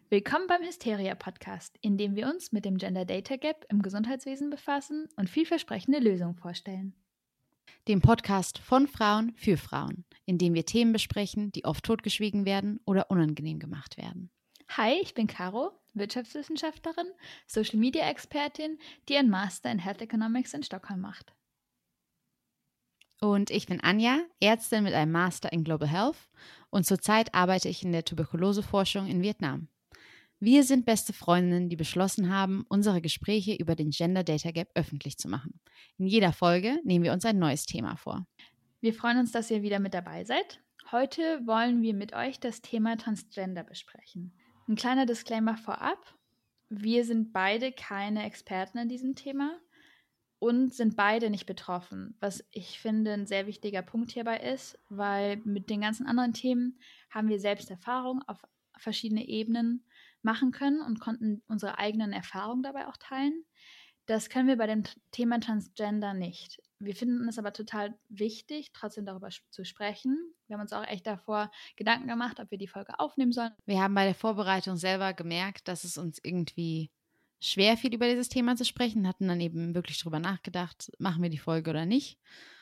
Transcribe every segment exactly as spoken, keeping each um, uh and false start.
Willkommen beim Hysteria-Podcast, in dem wir uns mit dem Gender Data Gap im Gesundheitswesen befassen und vielversprechende Lösungen vorstellen. Dem Podcast von Frauen für Frauen, in dem wir Themen besprechen, die oft totgeschwiegen werden oder unangenehm gemacht werden. Hi, ich bin Caro, Wirtschaftswissenschaftlerin, Social-Media-Expertin, die einen Master in Health Economics in Stockholm macht. Und ich bin Anja, Ärztin mit einem Master in Global Health und zurzeit arbeite ich in der Tuberkuloseforschung in Vietnam. Wir sind beste Freundinnen, die beschlossen haben, unsere Gespräche über den Gender Data Gap öffentlich zu machen. In jeder Folge nehmen wir uns ein neues Thema vor. Wir freuen uns, dass ihr wieder mit dabei seid. Heute wollen wir mit euch das Thema Transgender besprechen. Ein kleiner Disclaimer vorab. Wir sind beide keine Experten in diesem Thema und sind beide nicht betroffen, was ich finde ein sehr wichtiger Punkt hierbei ist, weil mit den ganzen anderen Themen haben wir selbst Erfahrung auf verschiedene Ebenen machen können und konnten unsere eigenen Erfahrungen dabei auch teilen. Das können wir bei dem Thema Transgender nicht. Wir finden es aber total wichtig, trotzdem darüber zu sprechen. Wir haben uns auch echt davor Gedanken gemacht, ob wir die Folge aufnehmen sollen. Wir haben bei der Vorbereitung selber gemerkt, dass es uns irgendwie schwer fiel, über dieses Thema zu sprechen, hatten dann eben wirklich drüber nachgedacht, machen wir die Folge oder nicht.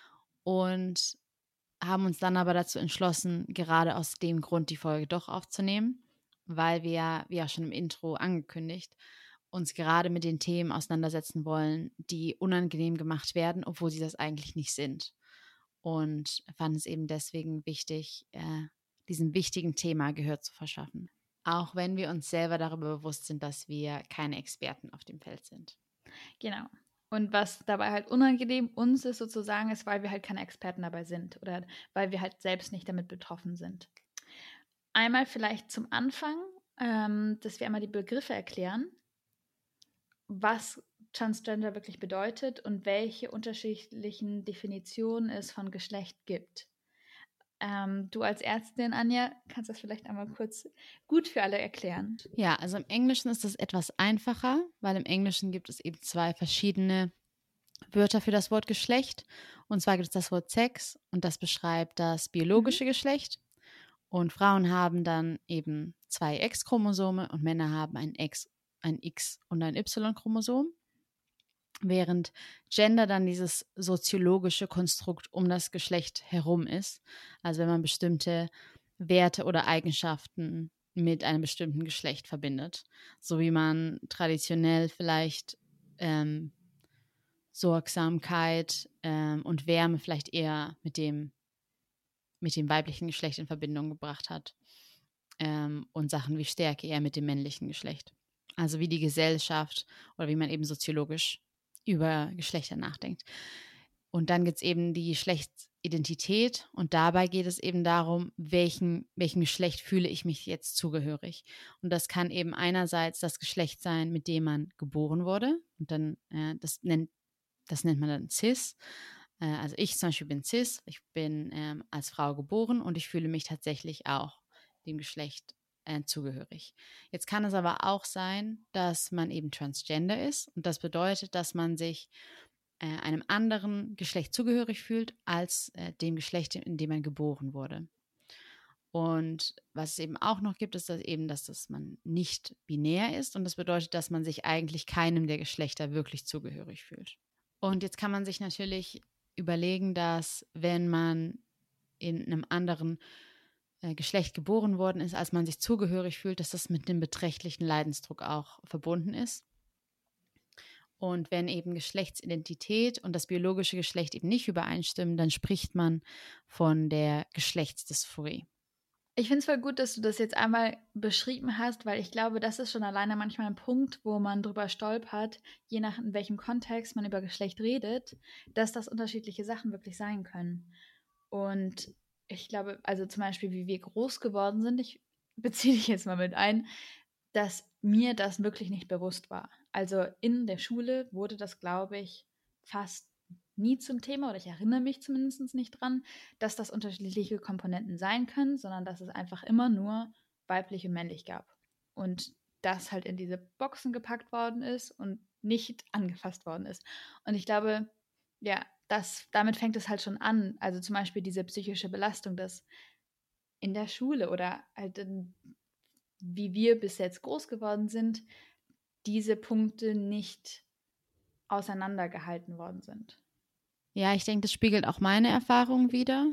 Und haben uns dann aber dazu entschlossen, gerade aus dem Grund die Folge doch aufzunehmen, weil wir ja, wie auch schon im Intro angekündigt, uns gerade mit den Themen auseinandersetzen wollen, die unangenehm gemacht werden, obwohl sie das eigentlich nicht sind. Und fanden es eben deswegen wichtig, äh, diesem wichtigen Thema Gehör zu verschaffen. Auch wenn wir uns selber darüber bewusst sind, dass wir keine Experten auf dem Feld sind. Genau. Und was dabei halt unangenehm uns ist sozusagen, ist, weil wir halt keine Experten dabei sind oder weil wir halt selbst nicht damit betroffen sind. Einmal vielleicht zum Anfang, ähm, dass wir einmal die Begriffe erklären, was Transgender wirklich bedeutet und welche unterschiedlichen Definitionen es von Geschlecht gibt. Ähm, du als Ärztin, Anja, kannst das vielleicht einmal kurz gut für alle erklären. Ja, also im Englischen ist das etwas einfacher, weil im Englischen gibt es eben zwei verschiedene Wörter für das Wort Geschlecht. Und zwar gibt es das Wort Sex und das beschreibt das biologische mhm. Geschlecht. Und Frauen haben dann eben zwei X-Chromosome und Männer haben ein X, ein X und ein Y-Chromosom. Während Gender dann dieses soziologische Konstrukt um das Geschlecht herum ist. Also wenn man bestimmte Werte oder Eigenschaften mit einem bestimmten Geschlecht verbindet. So wie man traditionell vielleicht ähm, Sorgsamkeit ähm, und Wärme vielleicht eher mit dem, mit dem weiblichen Geschlecht in Verbindung gebracht hat. Ähm, und Sachen wie Stärke eher mit dem männlichen Geschlecht. Also wie die Gesellschaft oder wie man eben soziologisch über Geschlechter nachdenkt. Und dann gibt es eben die Geschlechtsidentität und dabei geht es eben darum, welchen, welchem Geschlecht fühle ich mich jetzt zugehörig. Und das kann eben einerseits das Geschlecht sein, mit dem man geboren wurde und dann, äh, das, nennt, das nennt man dann cis. Äh, also ich zum Beispiel bin cis, ich bin ähm, als Frau geboren und ich fühle mich tatsächlich auch dem Geschlecht äh, zugehörig. Jetzt kann es aber auch sein, dass man eben transgender ist und das bedeutet, dass man sich äh, einem anderen Geschlecht zugehörig fühlt als äh, dem Geschlecht, in dem man geboren wurde. Und was es eben auch noch gibt, ist dass eben, dass das man nicht binär ist und das bedeutet, dass man sich eigentlich keinem der Geschlechter wirklich zugehörig fühlt. Und jetzt kann man sich natürlich überlegen, dass wenn man in einem anderen Geschlecht geboren worden ist, als man sich zugehörig fühlt, dass das mit einem beträchtlichen Leidensdruck auch verbunden ist. Und wenn eben Geschlechtsidentität und das biologische Geschlecht eben nicht übereinstimmen, dann spricht man von der Geschlechtsdysphorie. Ich finde es voll gut, dass du das jetzt einmal beschrieben hast, weil ich glaube, das ist schon alleine manchmal ein Punkt, wo man drüber stolpert, je nach in welchem Kontext man über Geschlecht redet, dass das unterschiedliche Sachen wirklich sein können. Und ich glaube, also zum Beispiel, wie wir groß geworden sind, ich beziehe dich jetzt mal mit ein, dass mir das wirklich nicht bewusst war. Also in der Schule wurde das, glaube ich, fast nie zum Thema, oder ich erinnere mich zumindest nicht dran, dass das unterschiedliche Komponenten sein können, sondern dass es einfach immer nur weiblich und männlich gab. Und das halt in diese Boxen gepackt worden ist und nicht angefasst worden ist. Und ich glaube, ja, das, damit fängt es halt schon an. Also zum Beispiel diese psychische Belastung, dass in der Schule oder halt in wie wir bis jetzt groß geworden sind, diese Punkte nicht auseinandergehalten worden sind. Ja, ich denke, das spiegelt auch meine Erfahrung wider,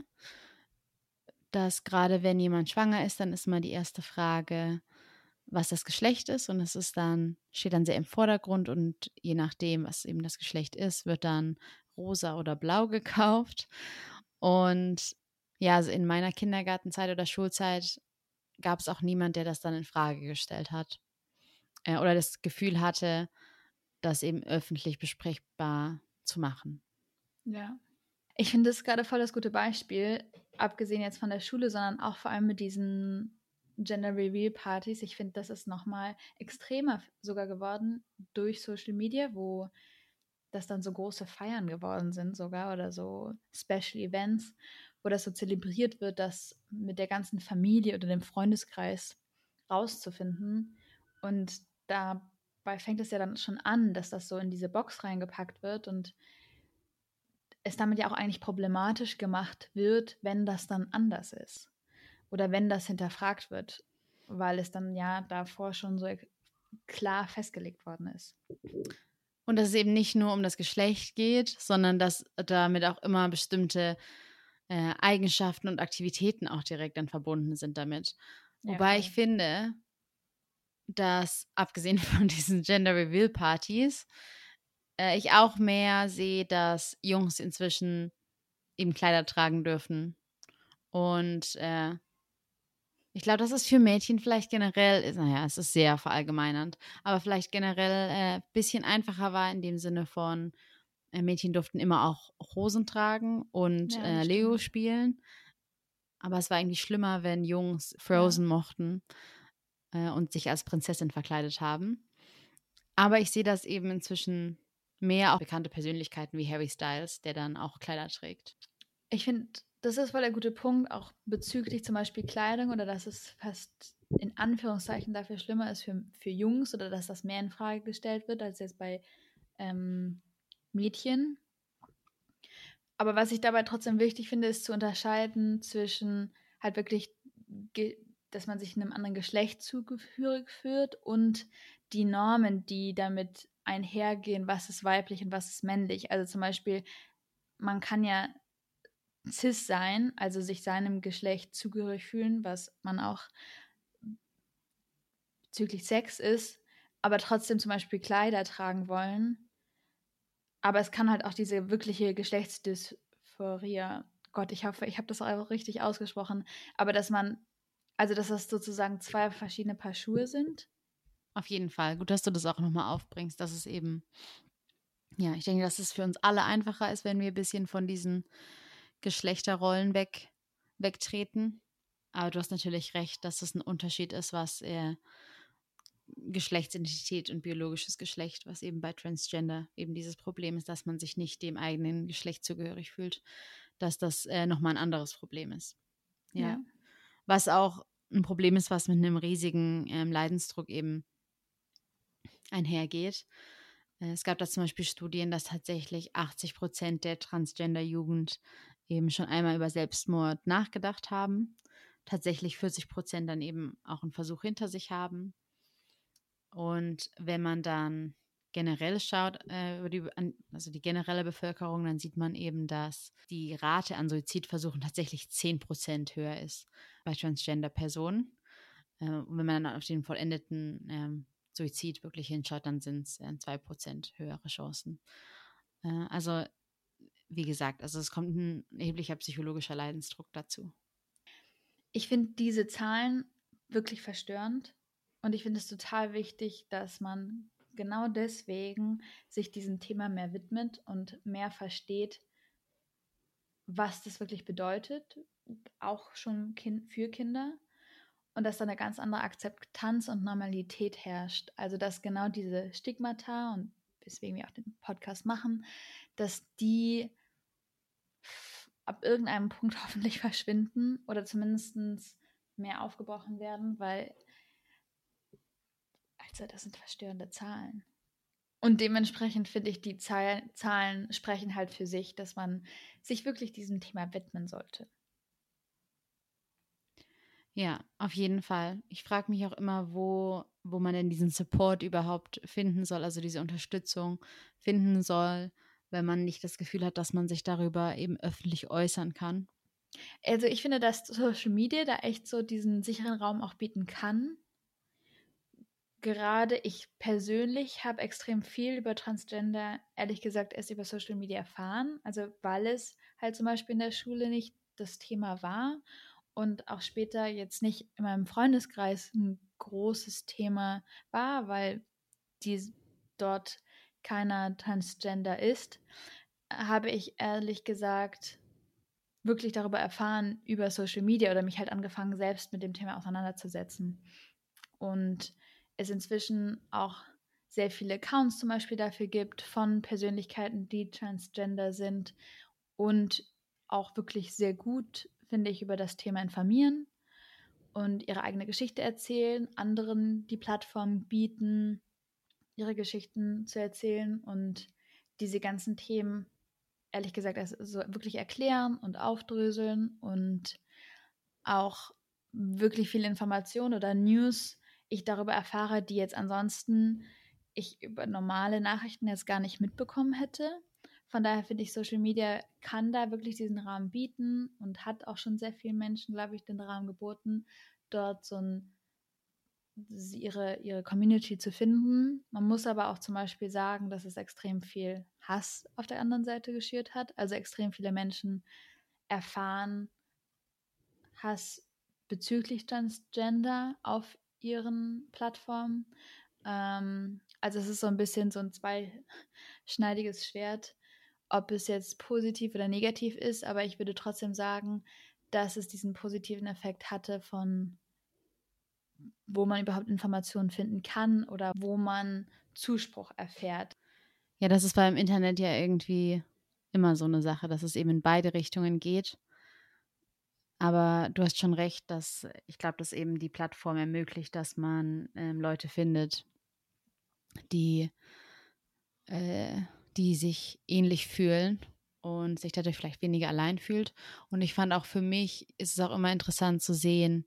dass gerade wenn jemand schwanger ist, dann ist mal die erste Frage, was das Geschlecht ist, und es ist dann, steht dann sehr im Vordergrund, und je nachdem, was eben das Geschlecht ist, wird dann rosa oder blau gekauft. Und ja, also in meiner Kindergartenzeit oder Schulzeit gab es auch niemand, der das dann in Frage gestellt hat äh, oder das Gefühl hatte, das eben öffentlich besprechbar zu machen. Ja. Ich finde das gerade voll das gute Beispiel, abgesehen jetzt von der Schule, sondern auch vor allem mit diesen Gender Reveal Partys. Ich finde, das ist nochmal extremer sogar geworden durch Social Media, wo das dann so große Feiern geworden sind sogar oder so Special Events, wo das so zelebriert wird, das mit der ganzen Familie oder dem Freundeskreis rauszufinden. Und dabei fängt es ja dann schon an, dass das so in diese Box reingepackt wird und es damit ja auch eigentlich problematisch gemacht wird, wenn das dann anders ist oder wenn das hinterfragt wird, weil es dann ja davor schon so klar festgelegt worden ist. Und dass es eben nicht nur um das Geschlecht geht, sondern dass damit auch immer bestimmte äh, Eigenschaften und Aktivitäten auch direkt dann verbunden sind damit. Ja, Wobei voll. ich finde, dass abgesehen von diesen Gender Reveal Partys äh, ich auch mehr sehe, dass Jungs inzwischen eben Kleider tragen dürfen. Und äh, ich glaube, dass es für Mädchen vielleicht generell ist, naja, es ist sehr verallgemeinernd, aber vielleicht generell ein äh, bisschen einfacher war in dem Sinne von, äh, Mädchen durften immer auch Hosen tragen und Ja, äh, das Lego stimmt. spielen. Aber es war eigentlich schlimmer, wenn Jungs Frozen mochten äh, und sich als Prinzessin verkleidet haben. Aber ich sehe das eben inzwischen mehr auch bekannte Persönlichkeiten wie Harry Styles, der dann auch Kleider trägt. Ich finde, das ist voll der gute Punkt, auch bezüglich zum Beispiel Kleidung oder dass es fast in Anführungszeichen dafür schlimmer ist für, für Jungs oder dass das mehr in Frage gestellt wird als jetzt bei ähm, Mädchen. Aber was ich dabei trotzdem wichtig finde, ist zu unterscheiden zwischen halt wirklich, ge- dass man sich einem anderen Geschlecht zugehörig fühlt und die Normen, die damit einhergehen, was ist weiblich und was ist männlich. Also zum Beispiel, man kann ja cis sein, also sich seinem Geschlecht zugehörig fühlen, was man auch bezüglich Sex ist, aber trotzdem zum Beispiel Kleider tragen wollen. Aber es kann halt auch diese wirkliche Geschlechtsdysphorie, Gott, ich hoffe, ich habe das auch richtig ausgesprochen, aber dass man, also dass das sozusagen zwei verschiedene Paar Schuhe sind. Auf jeden Fall. Gut, dass du das auch nochmal aufbringst, dass es eben, ja, ich denke, dass es für uns alle einfacher ist, wenn wir ein bisschen von diesen Geschlechterrollen weg, wegtreten. Aber du hast natürlich recht, dass es ein Unterschied ist, was äh, Geschlechtsidentität und biologisches Geschlecht, was eben bei Transgender eben dieses Problem ist, dass man sich nicht dem eigenen Geschlecht zugehörig fühlt, dass das äh, nochmal ein anderes Problem ist. Ja. Ja. Was auch ein Problem ist, was mit einem riesigen ähm, Leidensdruck eben einhergeht. Äh, es gab da zum Beispiel Studien, dass tatsächlich achtzig Prozent der Transgender-Jugend eben schon einmal über Selbstmord nachgedacht haben. Tatsächlich vierzig Prozent dann eben auch einen Versuch hinter sich haben. Und wenn man dann generell schaut, äh, über die, also die generelle Bevölkerung, dann sieht man eben, dass die Rate an Suizidversuchen tatsächlich zehn Prozent höher ist bei Transgender-Personen. Äh, und wenn man dann auf den vollendeten ähm, Suizid wirklich hinschaut, dann sind es äh, zwei Prozent höhere Chancen. Äh, also wie gesagt, also es kommt ein erheblicher psychologischer Leidensdruck dazu. Ich finde diese Zahlen wirklich verstörend und ich finde es total wichtig, dass man genau deswegen sich diesem Thema mehr widmet und mehr versteht, was das wirklich bedeutet, auch schon kind, für Kinder und dass da eine ganz andere Akzeptanz und Normalität herrscht. Also dass genau diese Stigmata und weswegen wir auch den Podcast machen, dass die ab irgendeinem Punkt hoffentlich verschwinden oder zumindest mehr aufgebrochen werden, weil also das sind verstörende Zahlen. Und dementsprechend finde ich, die Zahl, Zahlen sprechen halt für sich, dass man sich wirklich diesem Thema widmen sollte. Ja, auf jeden Fall. Ich frage mich auch immer, wo, wo man denn diesen Support überhaupt finden soll, also diese Unterstützung finden soll, wenn man nicht das Gefühl hat, dass man sich darüber eben öffentlich äußern kann. Also ich finde, dass Social Media da echt so diesen sicheren Raum auch bieten kann. Gerade ich persönlich habe extrem viel über Transgender, ehrlich gesagt, erst über Social Media erfahren. Also weil es halt zum Beispiel in der Schule nicht das Thema war und auch später jetzt nicht in meinem Freundeskreis ein großes Thema war, weil die dort keiner Transgender ist, habe ich ehrlich gesagt wirklich darüber erfahren über Social Media oder mich halt angefangen, selbst mit dem Thema auseinanderzusetzen. Und es inzwischen auch sehr viele Accounts zum Beispiel dafür gibt von Persönlichkeiten, die transgender sind und auch wirklich sehr gut, finde ich, über das Thema informieren und ihre eigene Geschichte erzählen, anderen die Plattform bieten, ihre Geschichten zu erzählen und diese ganzen Themen, ehrlich gesagt, also wirklich erklären und aufdröseln und auch wirklich viel Information oder News ich darüber erfahre, die jetzt ansonsten ich über normale Nachrichten jetzt gar nicht mitbekommen hätte. Von daher finde ich, Social Media kann da wirklich diesen Rahmen bieten und hat auch schon sehr vielen Menschen, glaube ich, den Rahmen geboten, dort so ein, ihre, ihre Community zu finden. Man muss aber auch zum Beispiel sagen, dass es extrem viel Hass auf der anderen Seite geschürt hat. Also extrem viele Menschen erfahren Hass bezüglich Transgender auf ihren Plattformen. Ähm, also es ist so ein bisschen so ein zweischneidiges Schwert, ob es jetzt positiv oder negativ ist, aber ich würde trotzdem sagen, dass es diesen positiven Effekt hatte von, wo man überhaupt Informationen finden kann oder wo man Zuspruch erfährt. Ja, das ist beim Internet ja irgendwie immer so eine Sache, dass es eben in beide Richtungen geht. Aber du hast schon recht, dass ich glaube, dass eben die Plattform ermöglicht, dass man ähm, Leute findet, die, äh, die sich ähnlich fühlen und sich dadurch vielleicht weniger allein fühlt. Und ich fand auch für mich ist es auch immer interessant zu sehen,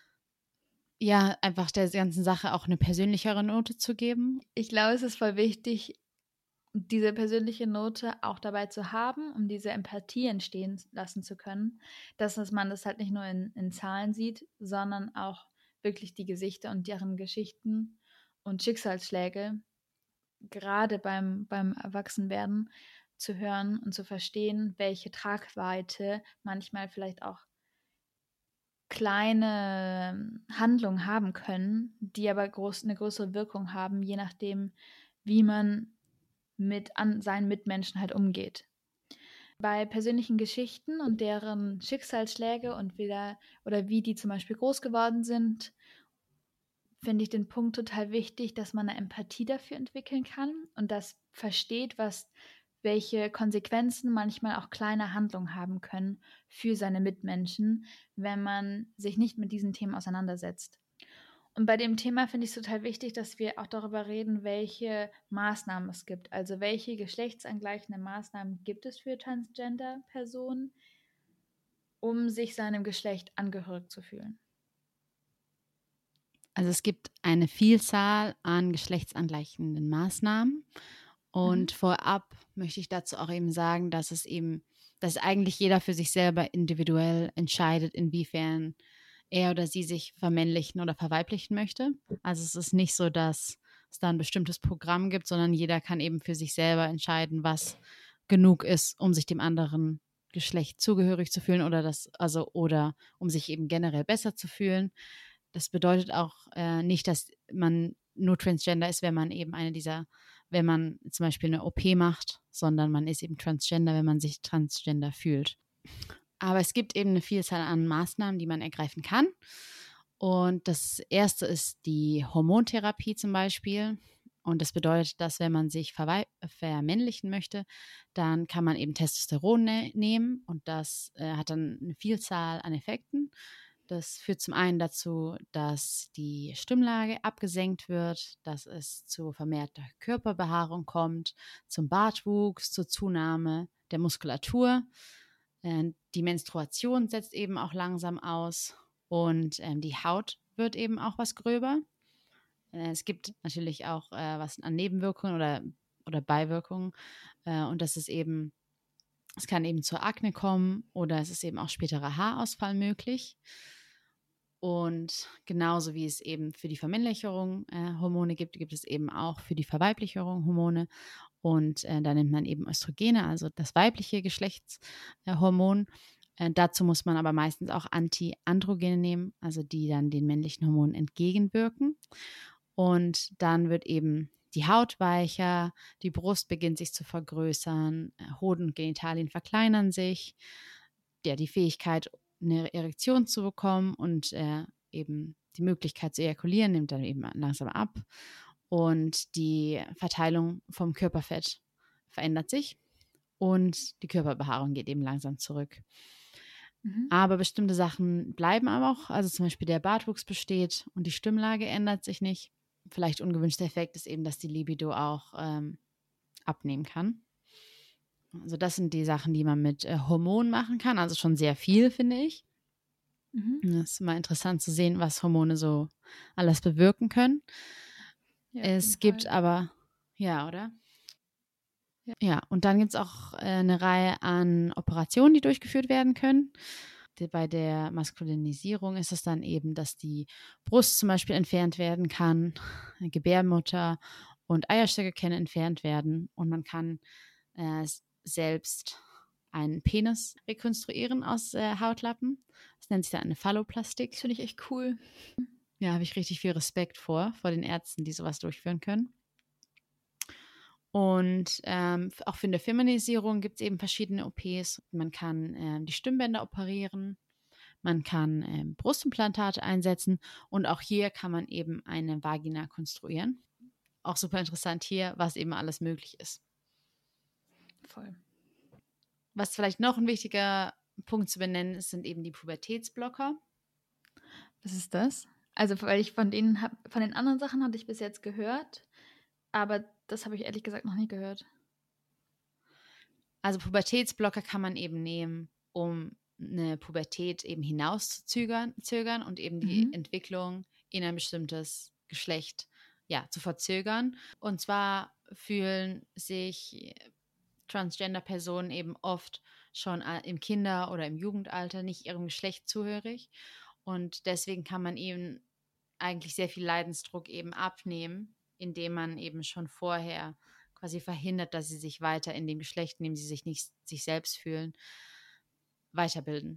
ja, einfach der ganzen Sache auch eine persönlichere Note zu geben. Ich glaube, es ist voll wichtig, diese persönliche Note auch dabei zu haben, um diese Empathie entstehen lassen zu können, dass man das halt nicht nur in, in Zahlen sieht, sondern auch wirklich die Gesichter und deren Geschichten und Schicksalsschläge, gerade beim, beim Erwachsenwerden, zu hören und zu verstehen, welche Tragweite manchmal vielleicht auch kleine Handlungen haben können, die aber groß, eine größere Wirkung haben, je nachdem, wie man mit an seinen Mitmenschen halt umgeht. Bei persönlichen Geschichten und deren Schicksalsschläge und wieder oder wie die zum Beispiel groß geworden sind, finde ich den Punkt total wichtig, dass man eine Empathie dafür entwickeln kann und das versteht, was welche Konsequenzen manchmal auch kleine Handlungen haben können für seine Mitmenschen, wenn man sich nicht mit diesen Themen auseinandersetzt. Und bei dem Thema finde ich es total wichtig, dass wir auch darüber reden, welche Maßnahmen es gibt. Also welche geschlechtsangleichenden Maßnahmen gibt es für Transgender-Personen, um sich seinem Geschlecht angehörig zu fühlen. Also es gibt eine Vielzahl an geschlechtsangleichenden Maßnahmen. Und mhm. vorab möchte ich dazu auch eben sagen, dass es eben, dass eigentlich jeder für sich selber individuell entscheidet, inwiefern er oder sie sich vermännlichen oder verweiblichen möchte. Also es ist nicht so, dass es da ein bestimmtes Programm gibt, sondern jeder kann eben für sich selber entscheiden, was genug ist, um sich dem anderen Geschlecht zugehörig zu fühlen oder das, also oder um sich eben generell besser zu fühlen. Das bedeutet auch äh, nicht, dass man nur Transgender ist, wenn man eben eine dieser, wenn man zum Beispiel eine O P macht, sondern man ist eben Transgender, wenn man sich Transgender fühlt. Aber es gibt eben eine Vielzahl an Maßnahmen, die man ergreifen kann. Und das erste ist die Hormontherapie zum Beispiel. Und das bedeutet, dass wenn man sich vermännlichen möchte, dann kann man eben Testosteron ne- nehmen und das äh, hat dann eine Vielzahl an Effekten. Das führt zum einen dazu, dass die Stimmlage abgesenkt wird, dass es zu vermehrter Körperbehaarung kommt, zum Bartwuchs, zur Zunahme der Muskulatur. Die Menstruation setzt eben auch langsam aus und ähm, die Haut wird eben auch was gröber. Äh, es gibt natürlich auch äh, was an Nebenwirkungen oder, oder Beiwirkungen äh, und das ist eben, es kann eben zur Akne kommen oder es ist eben auch späterer Haarausfall möglich. Und genauso wie es eben für die Vermännlicherung äh, Hormone gibt, gibt es eben auch für die Verweiblicherung Hormone. Und äh, da nimmt man eben Östrogene, also das weibliche Geschlechtshormon. Äh, dazu muss man aber meistens auch Antiandrogene nehmen, also die dann den männlichen Hormonen entgegenwirken. Und dann wird eben die Haut weicher, die Brust beginnt sich zu vergrößern, äh, Hoden und Genitalien verkleinern sich. Ja, die Fähigkeit, eine Erektion zu bekommen und äh, eben die Möglichkeit zu ejakulieren, nimmt dann eben langsam ab. Und die Verteilung vom Körperfett verändert sich und die Körperbehaarung geht eben langsam zurück. Mhm. Aber bestimmte Sachen bleiben aber auch, also zum Beispiel der Bartwuchs besteht und die Stimmlage ändert sich nicht. Vielleicht ungewünschter Effekt ist eben, dass die Libido auch ähm, abnehmen kann. Also das sind die Sachen, die man mit äh, Hormonen machen kann, also schon sehr viel, finde ich. Mhm. Es ist immer interessant zu sehen, was Hormone so alles bewirken können. Ja, auf Es jeden gibt Fall. aber, ja, oder? Ja. Ja, und dann gibt es auch äh, eine Reihe an Operationen, die durchgeführt werden können. Die, bei der Maskulinisierung ist es dann eben, dass die Brust zum Beispiel entfernt werden kann, Gebärmutter und Eierstöcke können entfernt werden und man kann äh, selbst einen Penis rekonstruieren aus äh, Hautlappen. Das nennt sich dann eine Phalloplastik. Das finde ich echt cool. Ja, habe ich richtig viel Respekt vor, vor den Ärzten, die sowas durchführen können. Und ähm, auch für eine Feminisierung gibt es eben verschiedene O Ps. Man kann ähm, die Stimmbänder operieren, man kann ähm, Brustimplantate einsetzen und auch hier kann man eben eine Vagina konstruieren. Auch super interessant hier, was eben alles möglich ist. Voll. Was vielleicht noch ein wichtiger Punkt zu benennen ist, sind eben die Pubertätsblocker. Was ist das? Also, weil ich von denen hab, von den anderen Sachen hatte ich bis jetzt gehört, aber das habe ich ehrlich gesagt noch nie gehört. Also Pubertätsblocker kann man eben nehmen, um eine Pubertät eben hinauszuzögern zögern und eben die Mhm. Entwicklung in ein bestimmtes Geschlecht ja, zu verzögern. Und zwar fühlen sich Transgender-Personen eben oft schon im Kinder- oder im Jugendalter nicht ihrem Geschlecht zuhörig. Und deswegen kann man eben eigentlich sehr viel Leidensdruck eben abnehmen, indem man eben schon vorher quasi verhindert, dass sie sich weiter in dem Geschlecht, in dem sie sich nicht sich selbst fühlen, weiterbilden.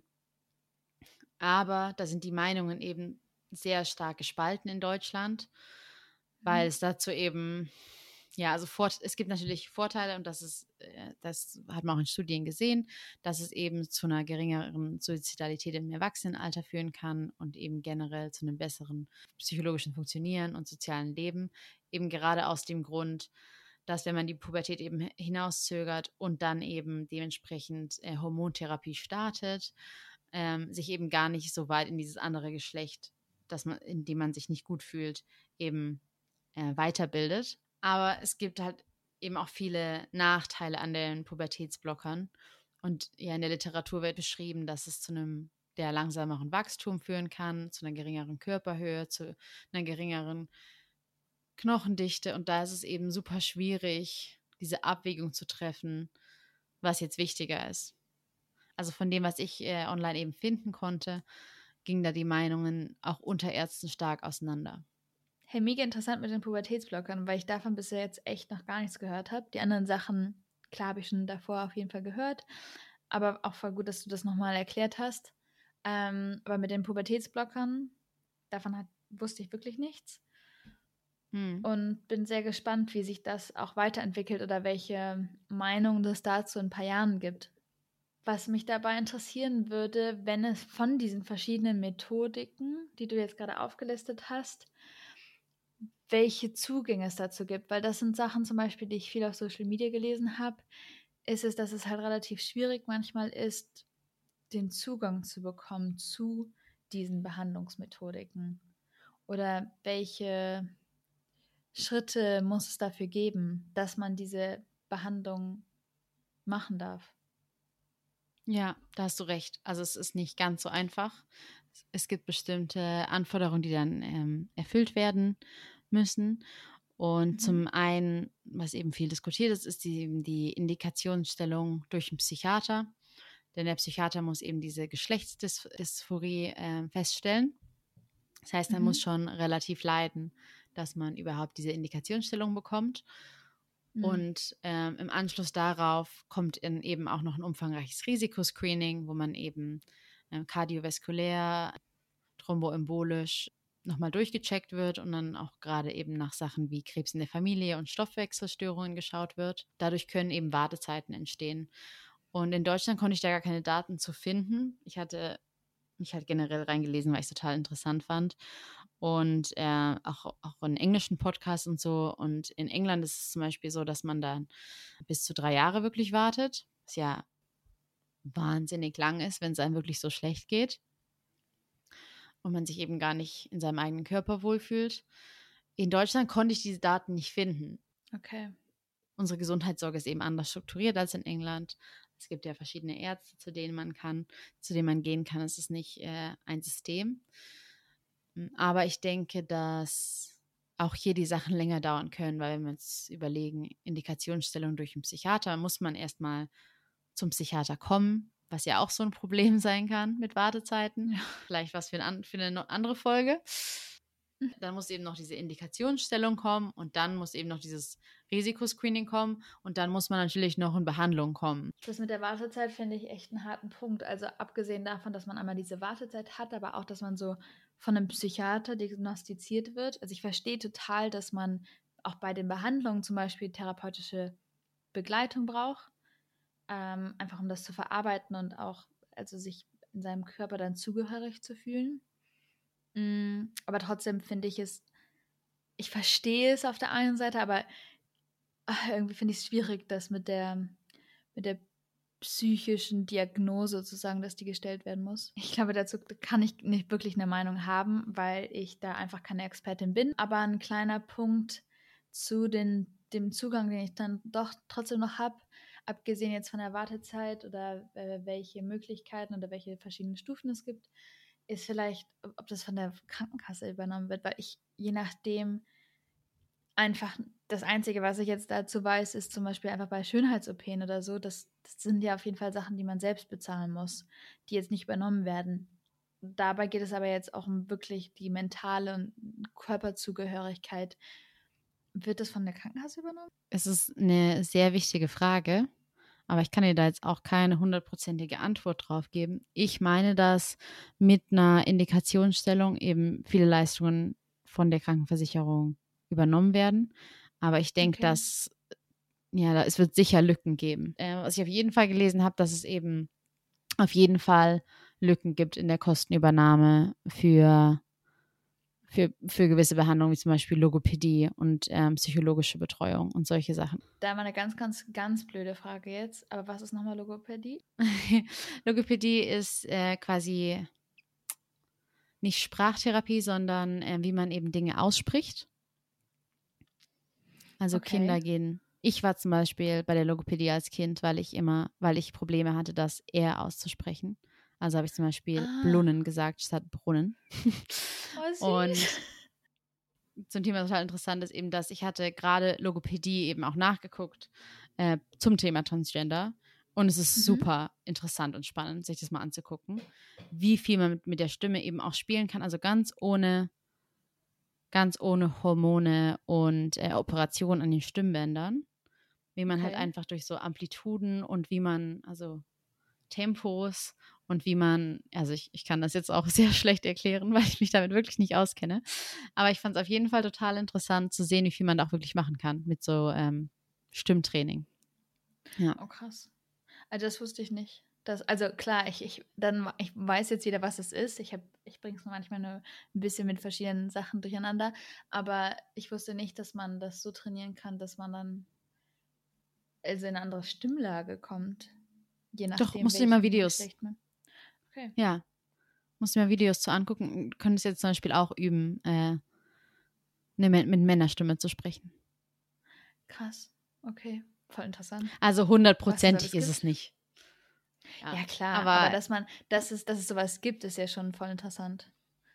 Aber da sind die Meinungen eben sehr stark gespalten in Deutschland, weil Mhm. es dazu eben, ja, also vor, es gibt natürlich Vorteile und das ist, das hat man auch in Studien gesehen, dass es eben zu einer geringeren Suizidalität im Erwachsenenalter führen kann und eben generell zu einem besseren psychologischen Funktionieren und sozialen Leben. Eben gerade aus dem Grund, dass wenn man die Pubertät eben hinauszögert und dann eben dementsprechend äh, Hormontherapie startet, ähm, sich eben gar nicht so weit in dieses andere Geschlecht, dass man, in dem man sich nicht gut fühlt, eben äh, weiterbildet. Aber es gibt halt eben auch viele Nachteile an den Pubertätsblockern. Und ja, in der Literatur wird beschrieben, dass es zu einem der langsameren Wachstum führen kann, zu einer geringeren Körperhöhe, zu einer geringeren Knochendichte. Und da ist es eben super schwierig, diese Abwägung zu treffen, was jetzt wichtiger ist. Also von dem, was ich äh, online eben finden konnte, gingen da die Meinungen auch unter Ärzten stark auseinander. Hey, mega interessant mit den Pubertätsblockern, weil ich davon bisher jetzt echt noch gar nichts gehört habe. Die anderen Sachen, klar, habe ich schon davor auf jeden Fall gehört, aber auch voll gut, dass du das nochmal erklärt hast. Ähm, aber mit den Pubertätsblockern, davon hat, wusste ich wirklich nichts. Hm. Und bin sehr gespannt, wie sich das auch weiterentwickelt oder welche Meinung es dazu in ein paar Jahren gibt. Was mich dabei interessieren würde, wenn es von diesen verschiedenen Methodiken, die du jetzt gerade aufgelistet hast, welche Zugänge es dazu gibt, weil das sind Sachen zum Beispiel, die ich viel auf Social Media gelesen habe, ist es, dass es halt relativ schwierig manchmal ist, den Zugang zu bekommen zu diesen Behandlungsmethodiken. Oder welche Schritte muss es dafür geben, dass man diese Behandlung machen darf? Ja, da hast du recht. Also es ist nicht ganz so einfach, Es gibt bestimmte Anforderungen, die dann ähm, erfüllt werden müssen. Und Mhm. zum einen, was eben viel diskutiert ist, ist die, die Indikationsstellung durch einen Psychiater. Denn der Psychiater muss eben diese Geschlechtsdysphorie äh, feststellen. Das heißt, er Mhm. muss schon relativ leiden, dass man überhaupt diese Indikationsstellung bekommt. Mhm. Und ähm, im Anschluss darauf kommt in eben auch noch ein umfangreiches Risikoscreening, wo man eben äh, kardiovaskulär, thromboembolisch nochmal durchgecheckt wird und dann auch gerade eben nach Sachen wie Krebs in der Familie und Stoffwechselstörungen geschaut wird. Dadurch können eben Wartezeiten entstehen. Und in Deutschland konnte ich da gar keine Daten zu finden. Ich hatte mich halt generell reingelesen, weil ich es total interessant fand. Und äh, auch, auch in englischen Podcasts und so. Und in England ist es zum Beispiel so, dass man dann bis zu drei Jahre wirklich wartet. Was ja wahnsinnig lang ist, wenn es einem wirklich so schlecht geht und man sich eben gar nicht in seinem eigenen Körper wohlfühlt. In Deutschland konnte ich diese Daten nicht finden. Okay. Unsere Gesundheitssorge ist eben anders strukturiert als in England. Es gibt ja verschiedene Ärzte, zu denen man kann, zu denen man gehen kann. Es ist nicht äh, ein System. Aber ich denke, dass auch hier die Sachen länger dauern können, weil wenn wir uns überlegen, Indikationsstellung durch einen Psychiater, muss man erstmal zum Psychiater kommen, was ja auch so ein Problem sein kann mit Wartezeiten. Ja. Vielleicht was für, ein, für eine andere Folge. Dann muss eben noch diese Indikationsstellung kommen und dann muss eben noch dieses Risikoscreening kommen und dann muss man natürlich noch in Behandlung kommen. Das mit der Wartezeit finde ich echt einen harten Punkt. Also abgesehen davon, dass man einmal diese Wartezeit hat, aber auch, dass man so von einem Psychiater diagnostiziert wird. Also ich verstehe total, dass man auch bei den Behandlungen zum Beispiel therapeutische Begleitung braucht, ähm, einfach um das zu verarbeiten und auch also sich in seinem Körper dann zugehörig zu fühlen. Mm, aber trotzdem finde ich es, ich verstehe es auf der einen Seite, aber ach, irgendwie finde ich es schwierig, dass mit der, mit der psychischen Diagnose sozusagen, dass die gestellt werden muss. Ich glaube, dazu kann ich nicht wirklich eine Meinung haben, weil ich da einfach keine Expertin bin. Aber ein kleiner Punkt zu den, dem Zugang, den ich dann doch trotzdem noch habe, abgesehen jetzt von der Wartezeit oder äh, welche Möglichkeiten oder welche verschiedenen Stufen es gibt, ist vielleicht, ob das von der Krankenkasse übernommen wird, weil ich je nachdem einfach das Einzige, was ich jetzt dazu weiß, ist zum Beispiel einfach bei Schönheits-O P oder so, das, das sind ja auf jeden Fall Sachen, die man selbst bezahlen muss, die jetzt nicht übernommen werden. Dabei geht es aber jetzt auch um wirklich die mentale und Körperzugehörigkeit. Wird das von der Krankenkasse übernommen? Es ist eine sehr wichtige Frage, aber ich kann dir da jetzt auch keine hundertprozentige Antwort drauf geben. Ich meine, dass mit einer Indikationsstellung eben viele Leistungen von der Krankenversicherung übernommen werden. Aber ich denke, Okay. dass, ja, da, es wird sicher Lücken geben. Äh, was ich auf jeden Fall gelesen habe, dass es eben auf jeden Fall Lücken gibt in der Kostenübernahme für, für, für gewisse Behandlungen, wie zum Beispiel Logopädie und ähm, psychologische Betreuung und solche Sachen. Da mal eine ganz, ganz, ganz blöde Frage jetzt. Aber was ist nochmal Logopädie? Logopädie ist äh, quasi nicht Sprachtherapie, sondern äh, wie man eben Dinge ausspricht. Also Okay. Kinder gehen. Ich war zum Beispiel bei der Logopädie als Kind, weil ich immer, weil ich Probleme hatte, das R auszusprechen. Also habe ich zum Beispiel Ah. Blunnen gesagt statt Brunnen. Oh, süß. Und zum Thema total interessant ist eben, dass ich hatte gerade Logopädie eben auch nachgeguckt äh, zum Thema Transgender. Und es ist Mhm. super interessant und spannend, sich das mal anzugucken, wie viel man mit, mit der Stimme eben auch spielen kann. Also ganz ohne, ganz ohne Hormone und äh, Operationen an den Stimmbändern. Wie man Okay. halt einfach durch so Amplituden und wie man, also Tempos und wie man, also ich, ich kann das jetzt auch sehr schlecht erklären, weil ich mich damit wirklich nicht auskenne. Aber ich fand es auf jeden Fall total interessant zu sehen, wie viel man da auch wirklich machen kann mit so ähm, Stimmtraining. Ja. Oh, krass. Also das wusste ich nicht. Das, also klar, ich, ich, dann, ich weiß jetzt wieder, was es ist. Ich, ich bringe es manchmal nur ein bisschen mit verschiedenen Sachen durcheinander. Aber ich wusste nicht, dass man das so trainieren kann, dass man dann also in eine andere Stimmlage kommt. Je nachdem, Doch, musst du dir mal welchem Videos, Geschlecht man. Okay. ja, musst du dir mal Videos zu angucken. Du könntest jetzt zum Beispiel auch üben, äh, ne, mit Männerstimme zu sprechen. Krass. Okay. Voll interessant. Also hundertprozentig ist es nicht. Ja, Ja, klar, aber aber dass man, dass es, dass es sowas gibt, ist ja schon voll interessant.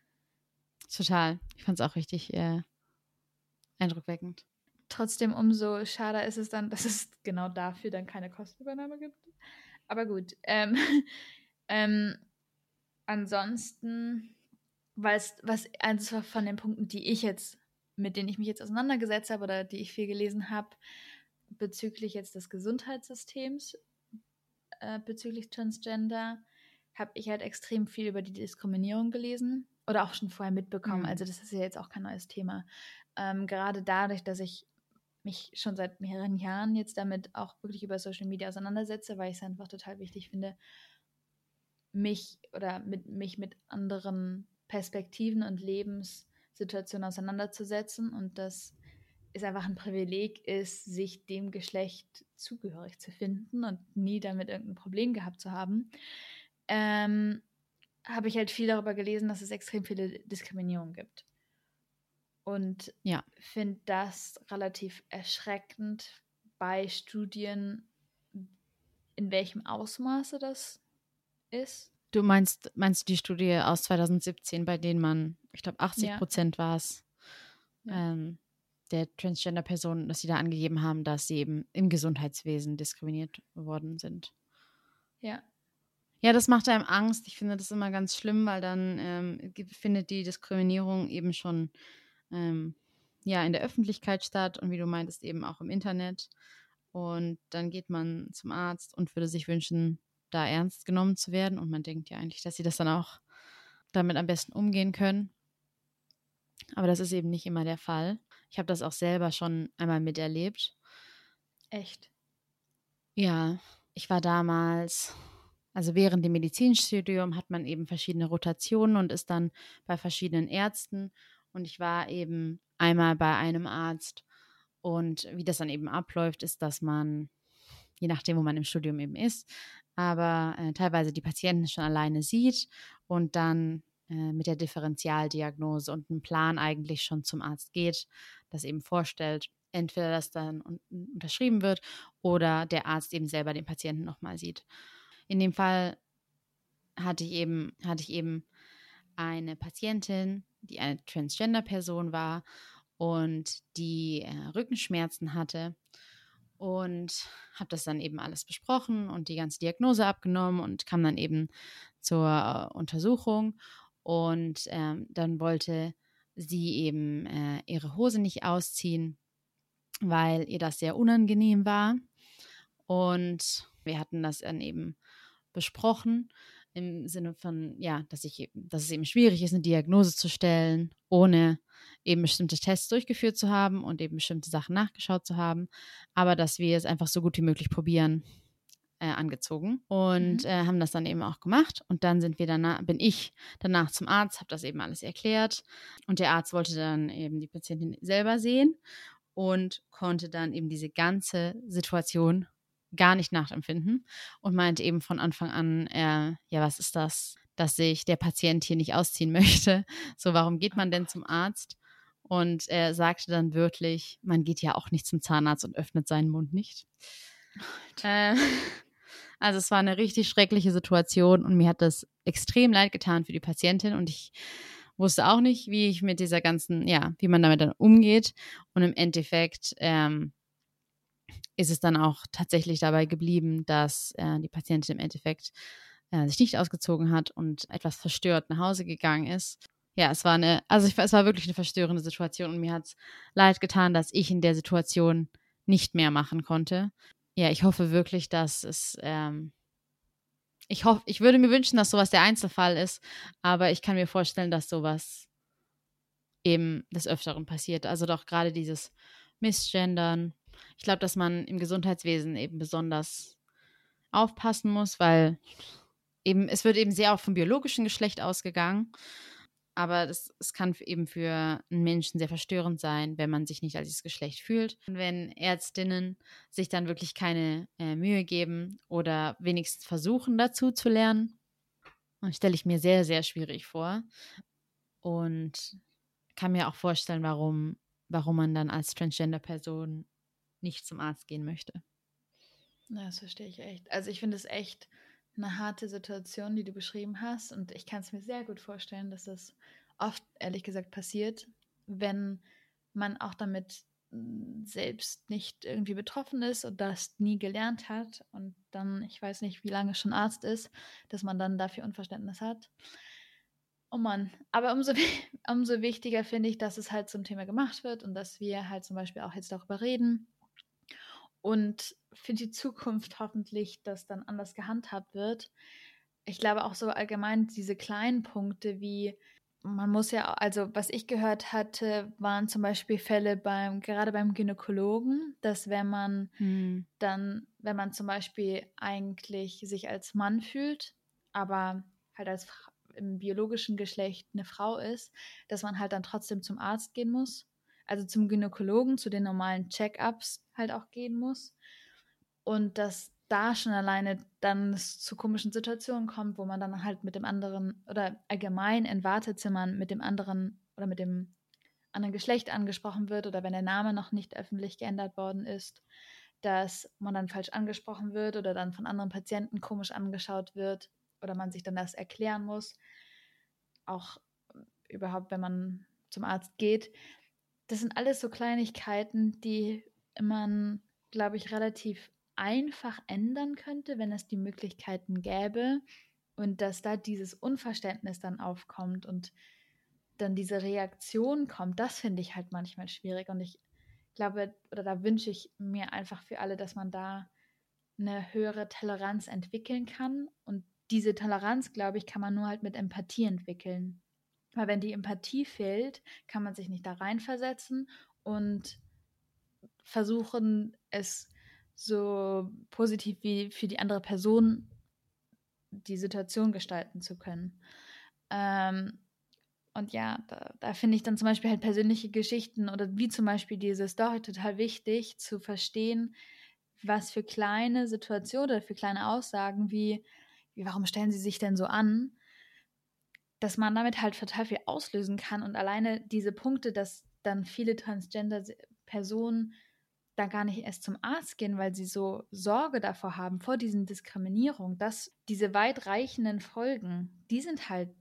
total. Ich fand es auch richtig äh, eindruckweckend. Trotzdem umso schade ist es dann, dass es genau dafür dann keine Kostenübernahme gibt. Aber gut. Ähm, ähm, ansonsten, weil es, was eins von den Punkten, die ich jetzt, mit denen ich mich jetzt auseinandergesetzt habe oder die ich viel gelesen habe, bezüglich jetzt des Gesundheitssystems, äh, bezüglich Transgender, habe ich halt extrem viel über die Diskriminierung gelesen oder auch schon vorher mitbekommen. Mhm. Also das ist ja jetzt auch kein neues Thema. Ähm, gerade dadurch, dass ich mich schon seit mehreren Jahren jetzt damit auch wirklich über Social Media auseinandersetze, weil ich es einfach total wichtig finde, mich oder mit mich mit anderen Perspektiven und Lebenssituationen auseinanderzusetzen und das ist einfach ein Privileg ist, sich dem Geschlecht zugehörig zu finden und nie damit irgendein Problem gehabt zu haben, ähm, habe ich halt viel darüber gelesen, dass es extrem viele Diskriminierungen gibt. Und Ja. finde das relativ erschreckend bei Studien, in welchem Ausmaße das ist. Du meinst, meinst du die Studie aus zwanzig siebzehn, bei denen man, ich glaube, achtzig Ja. Prozent war es, Ja. ähm, der Transgender-Personen, dass sie da angegeben haben, dass sie eben im Gesundheitswesen diskriminiert worden sind. Ja. Ja, das macht einem Angst. Ich finde das immer ganz schlimm, weil dann ähm, ge- findet die Diskriminierung eben schon ähm, ja, in der Öffentlichkeit statt und wie du meintest, eben auch im Internet. Und dann geht man zum Arzt und würde sich wünschen, da ernst genommen zu werden. Und man denkt ja eigentlich, dass sie das dann auch damit am besten umgehen können. Aber das ist eben nicht immer der Fall. Ich habe das auch selber schon einmal miterlebt. Echt. Ja, ich war damals, also während dem Medizinstudium hat man eben verschiedene Rotationen und ist dann bei verschiedenen Ärzten. Und ich war eben einmal bei einem Arzt. Und wie das dann eben abläuft, ist, dass man, je nachdem, wo man im Studium eben ist, aber äh, teilweise die Patienten schon alleine sieht und dann äh, mit der Differentialdiagnose und einem Plan eigentlich schon zum Arzt geht, das eben vorstellt, entweder das dann un unterschrieben wird oder der Arzt eben selber den Patienten nochmal sieht. In dem Fall hatte ich eben, hatte ich eben eine Patientin, die eine Transgender-Person war und die äh, Rückenschmerzen hatte und habe das dann eben alles besprochen und die ganze Diagnose abgenommen und kam dann eben zur äh, Untersuchung und ähm, dann wollte sie eben äh, ihre Hose nicht ausziehen, weil ihr das sehr unangenehm war und wir hatten das dann eben besprochen im Sinne von, ja, dass ich, dass es eben schwierig ist, eine Diagnose zu stellen, ohne eben bestimmte Tests durchgeführt zu haben und eben bestimmte Sachen nachgeschaut zu haben, aber dass wir es einfach so gut wie möglich probieren, äh, angezogen und Mhm. äh, haben das dann eben auch gemacht und dann sind wir danach, bin ich danach zum Arzt, habe das eben alles erklärt und der Arzt wollte dann eben die Patientin selber sehen und konnte dann eben diese ganze Situation gar nicht nachempfinden und meinte eben von Anfang an, äh, ja, was ist das, dass sich der Patient hier nicht ausziehen möchte? So, warum geht man Oh denn zum Arzt? Und er sagte dann wörtlich, man geht ja auch nicht zum Zahnarzt und öffnet seinen Mund nicht. Äh, also es war eine richtig schreckliche Situation und mir hat das extrem leid getan für die Patientin und ich wusste auch nicht, wie ich mit dieser ganzen, ja, wie man damit dann umgeht. Und im Endeffekt ähm, ist es dann auch tatsächlich dabei geblieben, dass äh, die Patientin im Endeffekt äh, sich nicht ausgezogen hat und etwas verstört nach Hause gegangen ist. Ja, es war eine, also ich, es war wirklich eine verstörende Situation und mir hat es leid getan, dass ich in der Situation nicht mehr machen konnte. Ja, ich hoffe wirklich, dass es, ähm, ich hoffe, ich würde mir wünschen, dass sowas der Einzelfall ist, aber ich kann mir vorstellen, dass sowas eben des Öfteren passiert. Also doch gerade dieses Missgendern. Ich glaube, dass man im Gesundheitswesen eben besonders aufpassen muss, weil eben, es wird eben sehr auch vom biologischen Geschlecht ausgegangen. Aber das, es kann eben für einen Menschen sehr verstörend sein, wenn man sich nicht als dieses Geschlecht fühlt. Und wenn Ärztinnen sich dann wirklich keine äh, Mühe geben oder wenigstens versuchen, dazu zu lernen, stelle ich mir sehr, sehr schwierig vor. Und kann mir auch vorstellen, warum, warum man dann als Transgender-Person nicht zum Arzt gehen möchte. Ja, das verstehe ich echt. Also ich finde es echt eine harte Situation, die du beschrieben hast. Und ich kann es mir sehr gut vorstellen, dass das oft, ehrlich gesagt, passiert, wenn man auch damit mm, selbst nicht irgendwie betroffen ist und das nie gelernt hat und dann, ich weiß nicht, wie lange schon Arzt ist, dass man dann dafür Unverständnis hat. Oh Mann, aber umso, umso wichtiger finde ich, dass es halt zum Thema gemacht wird und dass wir halt zum Beispiel auch jetzt darüber reden und für die Zukunft hoffentlich, dass dann anders gehandhabt wird. Ich glaube auch so allgemein diese kleinen Punkte wie, man muss ja, also was ich gehört hatte, waren zum Beispiel Fälle beim, gerade beim Gynäkologen, dass wenn man Hm. dann, wenn man zum Beispiel eigentlich sich als Mann fühlt, aber halt als Fra- im biologischen Geschlecht eine Frau ist, dass man halt dann trotzdem zum Arzt gehen muss, also zum Gynäkologen, zu den normalen Check-ups halt auch gehen muss. Und dass da schon alleine dann es zu komischen Situationen kommt, wo man dann halt mit dem anderen oder allgemein in Wartezimmern mit dem anderen oder mit dem anderen Geschlecht angesprochen wird oder wenn der Name noch nicht öffentlich geändert worden ist, dass man dann falsch angesprochen wird oder dann von anderen Patienten komisch angeschaut wird oder man sich dann das erklären muss. Auch überhaupt, wenn man zum Arzt geht. Das sind alles so Kleinigkeiten, die man, glaube ich, relativ einfach ändern könnte, wenn es die Möglichkeiten gäbe und dass da dieses Unverständnis dann aufkommt und dann diese Reaktion kommt, das finde ich halt manchmal schwierig und ich glaube, oder da wünsche ich mir einfach für alle, dass man da eine höhere Toleranz entwickeln kann und diese Toleranz, glaube ich, kann man nur halt mit Empathie entwickeln. Weil wenn die Empathie fehlt, kann man sich nicht da reinversetzen und versuchen, es so positiv wie für die andere Person die Situation gestalten zu können. Ähm, und ja, da, da finde ich dann zum Beispiel halt persönliche Geschichten oder wie zum Beispiel diese Story total wichtig zu verstehen, was für kleine Situationen oder für kleine Aussagen wie, wie warum stellen sie sich denn so an, dass man damit halt total viel auslösen kann und alleine diese Punkte, dass dann viele Transgender-Personen da gar nicht erst zum Arzt gehen, weil sie so Sorge davor haben, vor diesen Diskriminierung, dass diese weitreichenden Folgen, die sind halt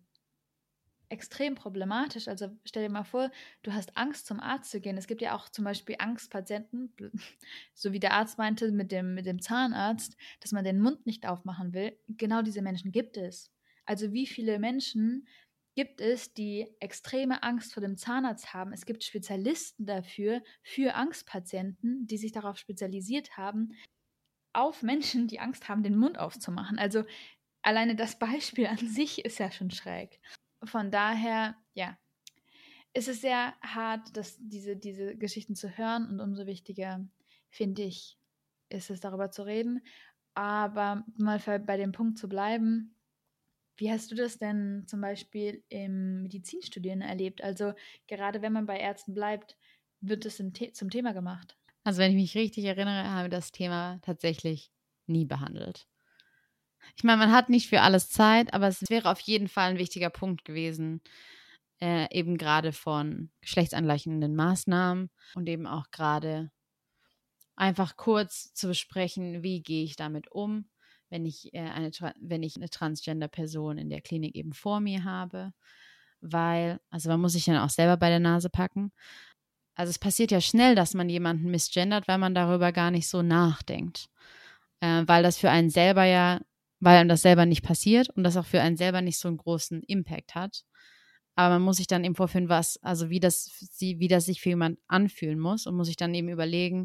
extrem problematisch. Also stell dir mal vor, du hast Angst, zum Arzt zu gehen. Es gibt ja auch zum Beispiel Angstpatienten, so wie der Arzt meinte mit dem, mit dem Zahnarzt, dass man den Mund nicht aufmachen will. Genau diese Menschen gibt es. Also wie viele Menschen gibt es, die extreme Angst vor dem Zahnarzt haben? Es gibt Spezialisten dafür, für Angstpatienten, die sich darauf spezialisiert haben, auf Menschen, die Angst haben, den Mund aufzumachen. Also alleine das Beispiel an sich ist ja schon schräg. Von daher, ja, ist es sehr hart, dass diese, diese Geschichten zu hören und umso wichtiger, finde ich, ist es, darüber zu reden. Aber mal bei dem Punkt zu bleiben, wie hast du das denn zum Beispiel im Medizinstudium erlebt? Also gerade wenn man bei Ärzten bleibt, wird es zum Thema gemacht. Also wenn ich mich richtig erinnere, haben wir das Thema tatsächlich nie behandelt. Ich meine, man hat nicht für alles Zeit, aber es wäre auf jeden Fall ein wichtiger Punkt gewesen, äh, eben gerade von geschlechtsangleichenden Maßnahmen und eben auch gerade einfach kurz zu besprechen, wie gehe ich damit um, wenn ich, äh, eine, wenn ich eine Transgender-Person in der Klinik eben vor mir habe, weil, also man muss sich dann auch selber bei der Nase packen. Also es passiert ja schnell, dass man jemanden misgendert, weil man darüber gar nicht so nachdenkt, äh, weil das für einen selber ja, weil einem das selber nicht passiert und das auch für einen selber nicht so einen großen Impact hat. Aber man muss sich dann eben vorführen, was, also wie das, wie das sich für jemand anfühlen muss und muss sich dann eben überlegen,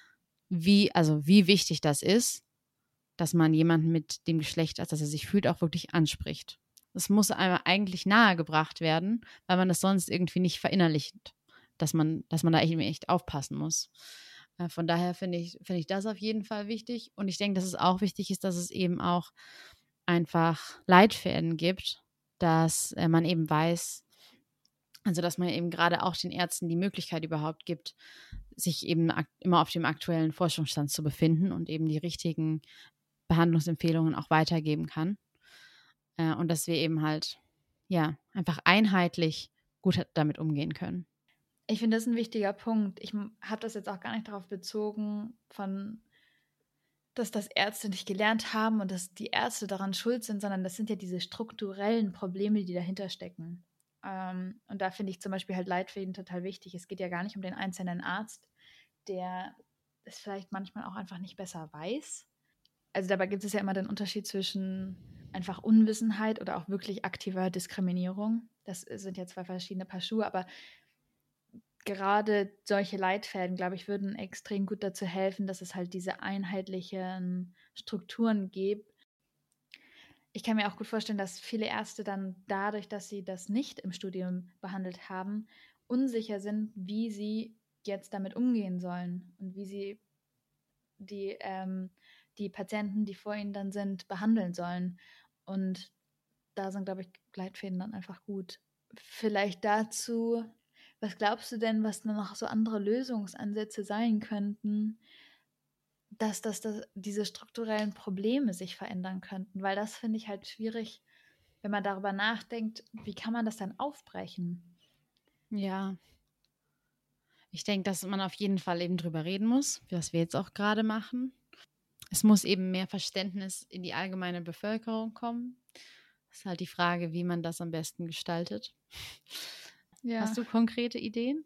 wie, also wie wichtig das ist, dass man jemanden mit dem Geschlecht, als dass er sich fühlt, auch wirklich anspricht. Das muss einem eigentlich nahegebracht werden, weil man das sonst irgendwie nicht verinnerlicht, dass man, dass man da eben echt aufpassen muss. Äh, von daher finde ich, finde ich das auf jeden Fall wichtig. Und ich denke, dass es auch wichtig ist, dass es eben auch einfach Leitfäden gibt, dass äh, man eben weiß, also dass man eben gerade auch den Ärzten die Möglichkeit überhaupt gibt, sich eben ak- immer auf dem aktuellen Forschungsstand zu befinden und eben die richtigen Behandlungsempfehlungen auch weitergeben kann. Äh, und dass wir eben halt, ja, einfach einheitlich gut damit umgehen können. Ich finde, das ist ein wichtiger Punkt. Ich habe das jetzt auch gar nicht darauf bezogen, von dass das Ärzte nicht gelernt haben und dass die Ärzte daran schuld sind, sondern das sind ja diese strukturellen Probleme, die dahinter stecken. Ähm, und da finde ich zum Beispiel halt Leitfäden total wichtig. Es geht ja gar nicht um den einzelnen Arzt, der es vielleicht manchmal auch einfach nicht besser weiß. Also dabei gibt es ja immer den Unterschied zwischen einfach Unwissenheit oder auch wirklich aktiver Diskriminierung. Das sind ja zwei verschiedene Paar Schuhe, aber gerade solche Leitfäden, glaube ich, würden extrem gut dazu helfen, dass es halt diese einheitlichen Strukturen gibt. Ich kann mir auch gut vorstellen, dass viele Ärzte dann dadurch, dass sie das nicht im Studium behandelt haben, unsicher sind, wie sie jetzt damit umgehen sollen und wie sie die, ähm, die Patienten, die vor ihnen dann sind, behandeln sollen. Und da sind, glaube ich, Leitfäden dann einfach gut. Vielleicht dazu, was glaubst du denn, was noch so andere Lösungsansätze sein könnten, dass, dass, dass diese strukturellen Probleme sich verändern könnten? Weil das finde ich halt schwierig, wenn man darüber nachdenkt, wie kann man das dann aufbrechen? Ja. Ich denke, dass man auf jeden Fall eben drüber reden muss, was wir jetzt auch gerade machen. Es muss eben mehr Verständnis in die allgemeine Bevölkerung kommen. Das ist halt die Frage, wie man das am besten gestaltet. Ja. Hast du konkrete Ideen?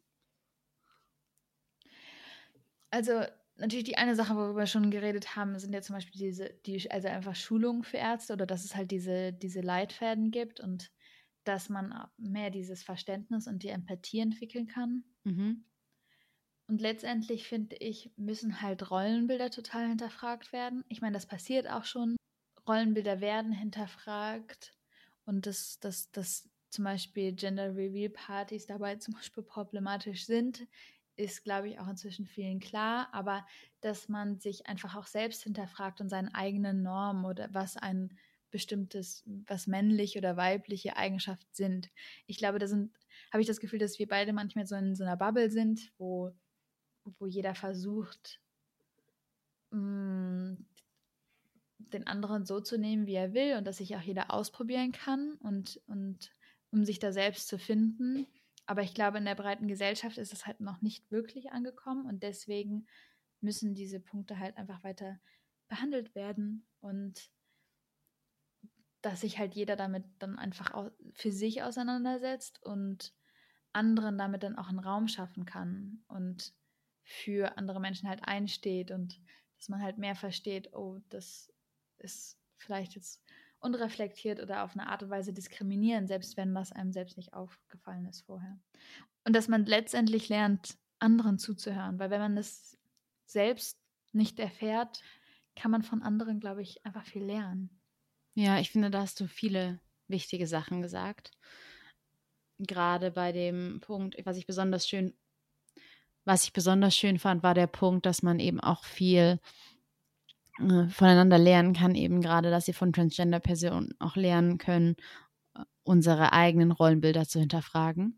Also natürlich die eine Sache, worüber wir schon geredet haben, sind ja zum Beispiel diese, die, also einfach Schulungen für Ärzte oder dass es halt diese, diese Leitfäden gibt und dass man mehr dieses Verständnis und die Empathie entwickeln kann. Mhm. Und letztendlich, finde ich, müssen halt Rollenbilder total hinterfragt werden. Ich meine, das passiert auch schon. Rollenbilder werden hinterfragt und dass, dass, dass zum Beispiel Gender-Reveal-Partys dabei zum Beispiel problematisch sind, ist, glaube ich, auch inzwischen vielen klar. Aber dass man sich einfach auch selbst hinterfragt und seine eigenen Normen oder was ein bestimmtes, was männliche oder weibliche Eigenschaften sind. Ich glaube, da sind, habe ich das Gefühl, dass wir beide manchmal so in so einer Bubble sind, wo wo jeder versucht, mh, den anderen so zu nehmen, wie er will und dass sich auch jeder ausprobieren kann und, und um sich da selbst zu finden. Aber ich glaube, in der breiten Gesellschaft ist es halt noch nicht wirklich angekommen und deswegen müssen diese Punkte halt einfach weiter behandelt werden und dass sich halt jeder damit dann einfach für sich auseinandersetzt und anderen damit dann auch einen Raum schaffen kann und für andere Menschen halt einsteht und dass man halt mehr versteht, oh, das ist vielleicht jetzt unreflektiert oder auf eine Art und Weise diskriminierend, selbst wenn das einem selbst nicht aufgefallen ist vorher. Und dass man letztendlich lernt, anderen zuzuhören, weil wenn man das selbst nicht erfährt, kann man von anderen, glaube ich, einfach viel lernen. Ja, ich finde, da hast du viele wichtige Sachen gesagt. Gerade bei dem Punkt, was ich besonders schön, was ich besonders schön fand, war der Punkt, dass man eben auch viel äh, voneinander lernen kann, eben gerade, dass sie von Transgender-Personen auch lernen können, unsere eigenen Rollenbilder zu hinterfragen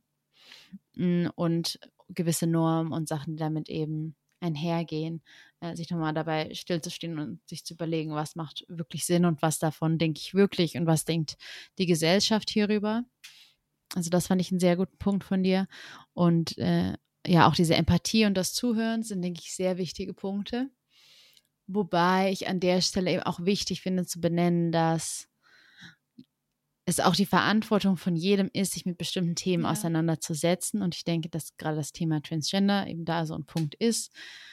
und gewisse Normen und Sachen, die damit eben einhergehen, äh, sich nochmal dabei stillzustehen und sich zu überlegen, was macht wirklich Sinn und was davon denke ich wirklich und was denkt die Gesellschaft hierüber. Also das fand ich einen sehr guten Punkt von dir. Und äh, ja, auch diese Empathie und das Zuhören sind, denke ich, sehr wichtige Punkte. Wobei ich an der Stelle eben auch wichtig finde zu benennen, dass es auch die Verantwortung von jedem ist, sich mit bestimmten Themen Ja. auseinanderzusetzen. Und ich denke, dass gerade das Thema Transgender eben da so ein Punkt ist.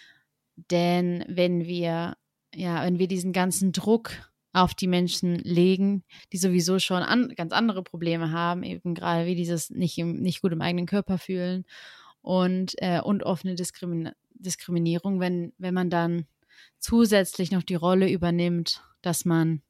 Denn wenn wir, ja, wenn wir diesen ganzen Druck auf die Menschen legen, die sowieso schon an, ganz andere Probleme haben, eben gerade wie dieses nicht, im, nicht gut im eigenen Körper fühlen und, äh, und offene Diskrimin- Diskriminierung, wenn, wenn man dann zusätzlich noch die Rolle übernimmt, dass man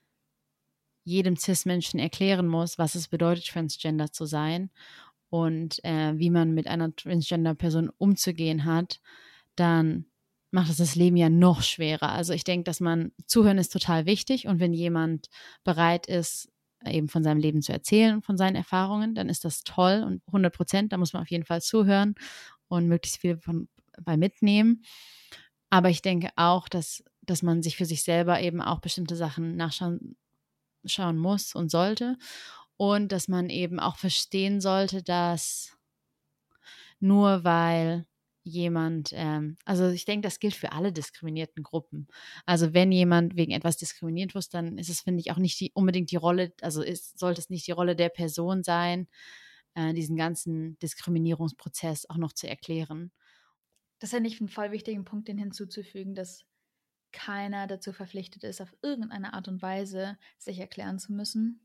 jedem Cis-Menschen erklären muss, was es bedeutet, Transgender zu sein und äh, wie man mit einer Transgender-Person umzugehen hat, dann macht es das Leben ja noch schwerer. Also ich denke, dass man, zuhören ist total wichtig und wenn jemand bereit ist, eben von seinem Leben zu erzählen, von seinen Erfahrungen, dann ist das toll und hundert Prozent, da muss man auf jeden Fall zuhören und möglichst viel von, bei mitnehmen. Aber ich denke auch, dass, dass man sich für sich selber eben auch bestimmte Sachen nachschauen schauen muss und sollte und dass man eben auch verstehen sollte, dass nur weil jemand, ähm, also ich denke, das gilt für alle diskriminierten Gruppen. Also wenn jemand wegen etwas diskriminiert wird, dann ist es, finde ich, auch nicht die, unbedingt die Rolle, also ist, sollte es nicht die Rolle der Person sein, äh, diesen ganzen Diskriminierungsprozess auch noch zu erklären. Das finde ich einen voll wichtigen Punkt, den hinzuzufügen, dass keiner dazu verpflichtet ist, auf irgendeine Art und Weise sich erklären zu müssen.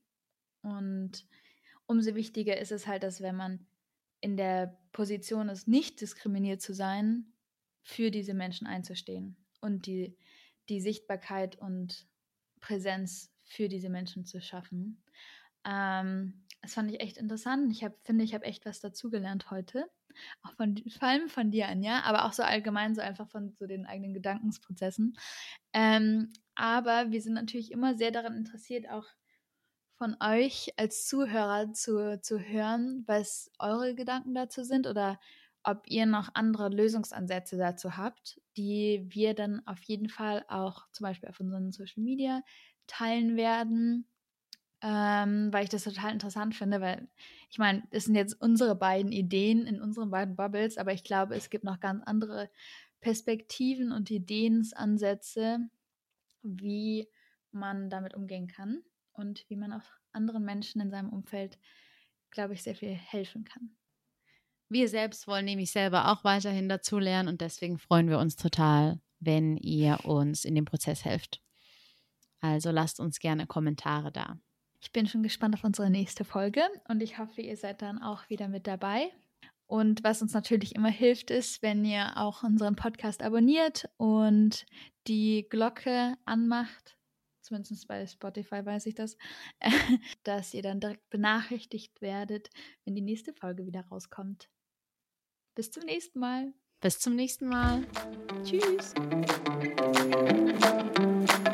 Und umso wichtiger ist es halt, dass wenn man in der Position ist, nicht diskriminiert zu sein, für diese Menschen einzustehen und die, die Sichtbarkeit und Präsenz für diese Menschen zu schaffen. Ähm, das fand ich echt interessant. Ich hab, finde, ich habe echt was dazugelernt heute. Auch von, vor allem von dir, Anja, aber auch so allgemein, so einfach von so den eigenen Gedankensprozessen. Ähm, aber wir sind natürlich immer sehr daran interessiert, auch von euch als Zuhörer zu, zu hören, was eure Gedanken dazu sind oder ob ihr noch andere Lösungsansätze dazu habt, die wir dann auf jeden Fall auch zum Beispiel auf unseren Social Media teilen werden, ähm, weil ich das total interessant finde, weil ich meine, das sind jetzt unsere beiden Ideen in unseren beiden Bubbles, aber ich glaube, es gibt noch ganz andere Perspektiven und Ideenansätze, wie man damit umgehen kann und wie man auch anderen Menschen in seinem Umfeld, glaube ich, sehr viel helfen kann. Wir selbst wollen nämlich selber auch weiterhin dazulernen und deswegen freuen wir uns total, wenn ihr uns in dem Prozess helft. Also lasst uns gerne Kommentare da. Ich bin schon gespannt auf unsere nächste Folge und ich hoffe, ihr seid dann auch wieder mit dabei. Und was uns natürlich immer hilft, ist, wenn ihr auch unseren Podcast abonniert und die Glocke anmacht, zumindest bei Spotify weiß ich das, dass ihr dann direkt benachrichtigt werdet, wenn die nächste Folge wieder rauskommt. Bis zum nächsten Mal. Bis zum nächsten Mal. Tschüss.